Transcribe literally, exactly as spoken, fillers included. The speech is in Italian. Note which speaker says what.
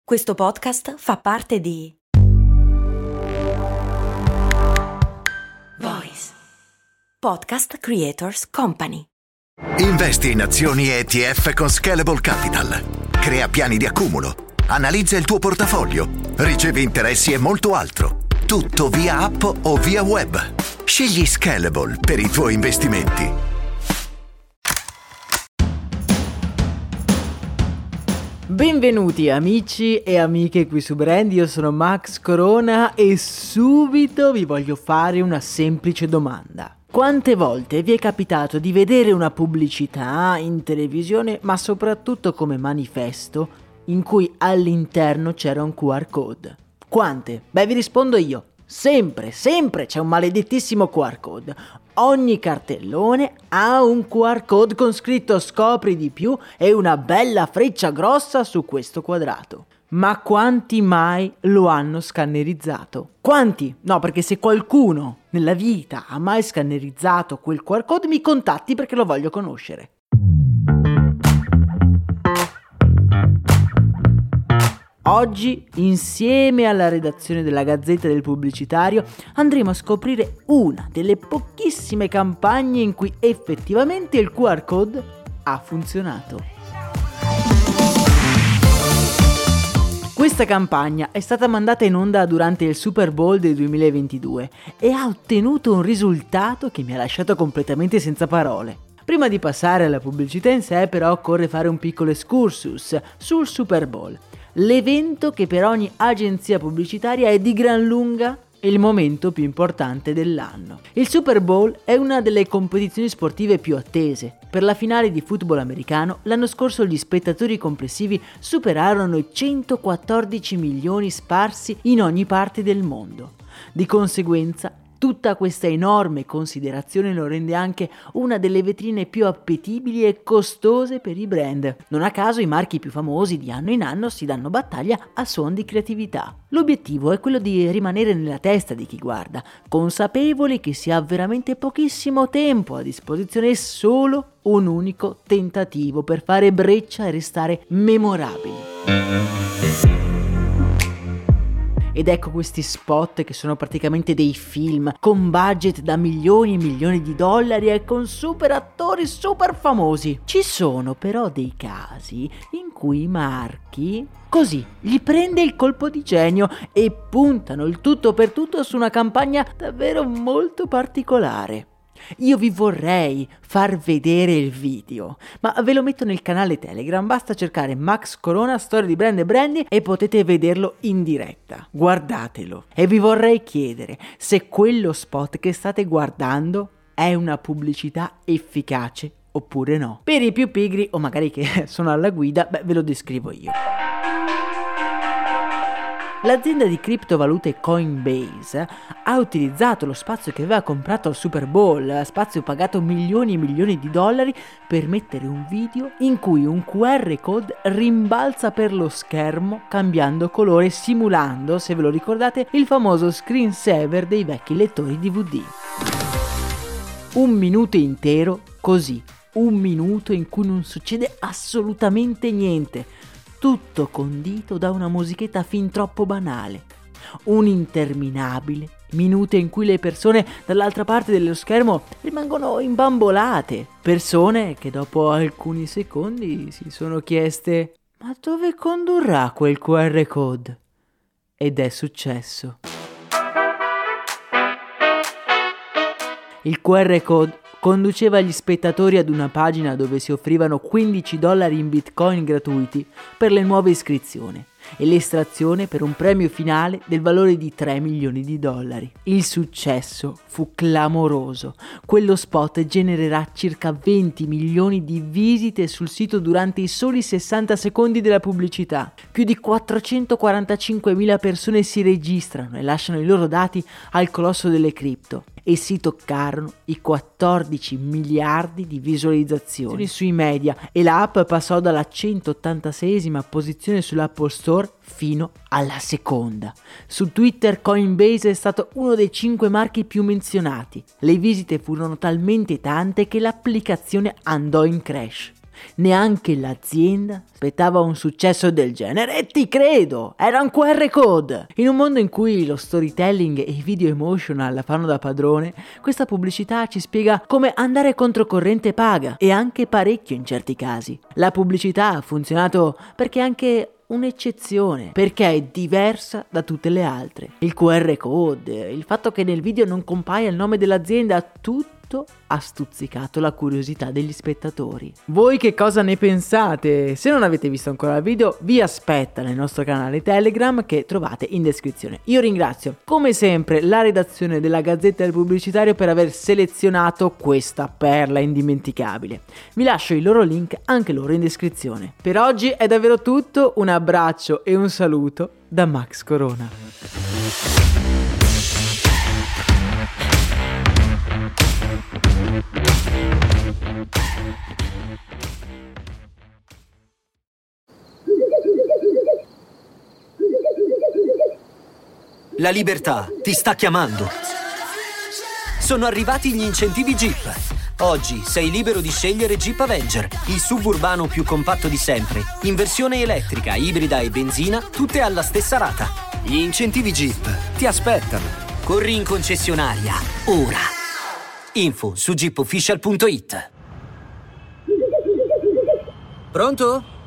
Speaker 1: Questo podcast fa parte di Voice Podcast Creators Company.
Speaker 2: Investi in azioni E T F con Scalable Capital. Crea piani di accumulo. Analizza il tuo portafoglio. Ricevi interessi e molto altro. Tutto via app o via web. Scegli Scalable per i tuoi investimenti.
Speaker 3: Benvenuti amici e amiche qui su Brand, io sono Max Corona e subito vi voglio fare una semplice domanda. Quante volte vi è capitato di vedere una pubblicità in televisione, ma soprattutto come manifesto, in cui all'interno c'era un Q R code? Quante? Beh, vi rispondo io. Sempre, sempre c'è un maledettissimo Q R code. Ogni cartellone ha un Q R code con scritto scopri di più e una bella freccia grossa su questo quadrato. Ma quanti mai lo hanno scannerizzato? Quanti? No, perché se qualcuno nella vita ha mai scannerizzato quel Q R code mi contatti perché lo voglio conoscere. Oggi, insieme alla redazione della Gazzetta del Pubblicitario, andremo a scoprire una delle pochissime campagne in cui effettivamente il Q R code ha funzionato. Questa campagna è stata mandata in onda durante il Super Bowl del duemilaventidue e ha ottenuto un risultato che mi ha lasciato completamente senza parole. Prima di passare alla pubblicità in sé, però, occorre fare un piccolo excursus sul Super Bowl. L'evento che per ogni agenzia pubblicitaria è di gran lunga il momento più importante dell'anno. Il Super Bowl è una delle competizioni sportive più attese. Per la finale di football americano, l'anno scorso gli spettatori complessivi superarono i centoquattordici milioni sparsi in ogni parte del mondo. Di conseguenza, tutta questa enorme considerazione lo rende anche una delle vetrine più appetibili e costose per i brand. Non a caso i marchi più famosi di anno in anno si danno battaglia a suon di creatività. L'obiettivo è quello di rimanere nella testa di chi guarda, consapevoli che si ha veramente pochissimo tempo a disposizione e solo un unico tentativo per fare breccia e restare memorabili. Ed ecco questi spot che sono praticamente dei film con budget da milioni e milioni di dollari e con super attori super famosi. Ci sono però dei casi in cui i marchi così gli prende il colpo di genio e puntano il tutto per tutto su una campagna davvero molto particolare. Io vi vorrei far vedere il video, ma ve lo metto nel canale Telegram, basta cercare Max Corona, storia di brand e branding e potete vederlo in diretta. Guardatelo. E vi vorrei chiedere se quello spot che state guardando è una pubblicità efficace oppure no. Per i più pigri o magari che sono alla guida, beh, ve lo descrivo io. L'azienda di criptovalute Coinbase ha utilizzato lo spazio che aveva comprato al Super Bowl, spazio pagato milioni e milioni di dollari, per mettere un video in cui un Q R code rimbalza per lo schermo cambiando colore, simulando, se ve lo ricordate, il famoso screensaver dei vecchi lettori D V D. Un minuto intero così, un minuto in cui non succede assolutamente niente. Tutto condito da una musichetta fin troppo banale. Un interminabile minuto in cui le persone dall'altra parte dello schermo rimangono imbambolate. Persone che dopo alcuni secondi si sono chieste: ma dove condurrà quel Q R code? Ed è successo. Il Q R code conduceva gli spettatori ad una pagina dove si offrivano quindici dollari in bitcoin gratuiti per le nuove iscrizioni e l'estrazione per un premio finale del valore di tre milioni di dollari. Il successo fu clamoroso. Quello spot genererà circa venti milioni di visite sul sito durante i soli sessanta secondi della pubblicità. Più di quattrocentoquarantacinquemila persone si registrano e lasciano i loro dati al colosso delle cripto e si toccarono i quattordici miliardi di visualizzazioni sui media e l'app passò dalla centottantaseiesima posizione sull'Apple Store fino alla seconda. Su Twitter Coinbase è stato uno dei cinque marchi più menzionati. Le visite furono talmente tante che l'applicazione andò in crash. Neanche l'azienda aspettava un successo del genere e ti credo, era un Q R code. In un mondo in cui lo storytelling e i video emotional fanno da padrone, questa pubblicità ci spiega come andare controcorrente paga, e anche parecchio in certi casi. La pubblicità ha funzionato perché è anche un'eccezione, perché è diversa da tutte le altre. Il Q R code, il fatto che nel video non compaia il nome dell'azienda, tutto ha stuzzicato la curiosità degli spettatori. Voi che cosa ne pensate? Se non avete visto ancora il video, vi aspetta nel nostro canale Telegram che trovate in descrizione. Io ringrazio come sempre la redazione della Gazzetta del Pubblicitario per aver selezionato questa perla indimenticabile. Vi lascio il loro link anche loro in descrizione. Per oggi è davvero tutto, un abbraccio e un saluto da Max Corona.
Speaker 4: La libertà ti sta chiamando. Sono arrivati gli incentivi Jeep. Oggi sei libero di scegliere Jeep Avenger, il suburbano più compatto di sempre, in versione elettrica, ibrida e benzina, tutte alla stessa rata. Gli incentivi Jeep ti aspettano. Corri in concessionaria, ora. Info su jeep official punto it. Pronto?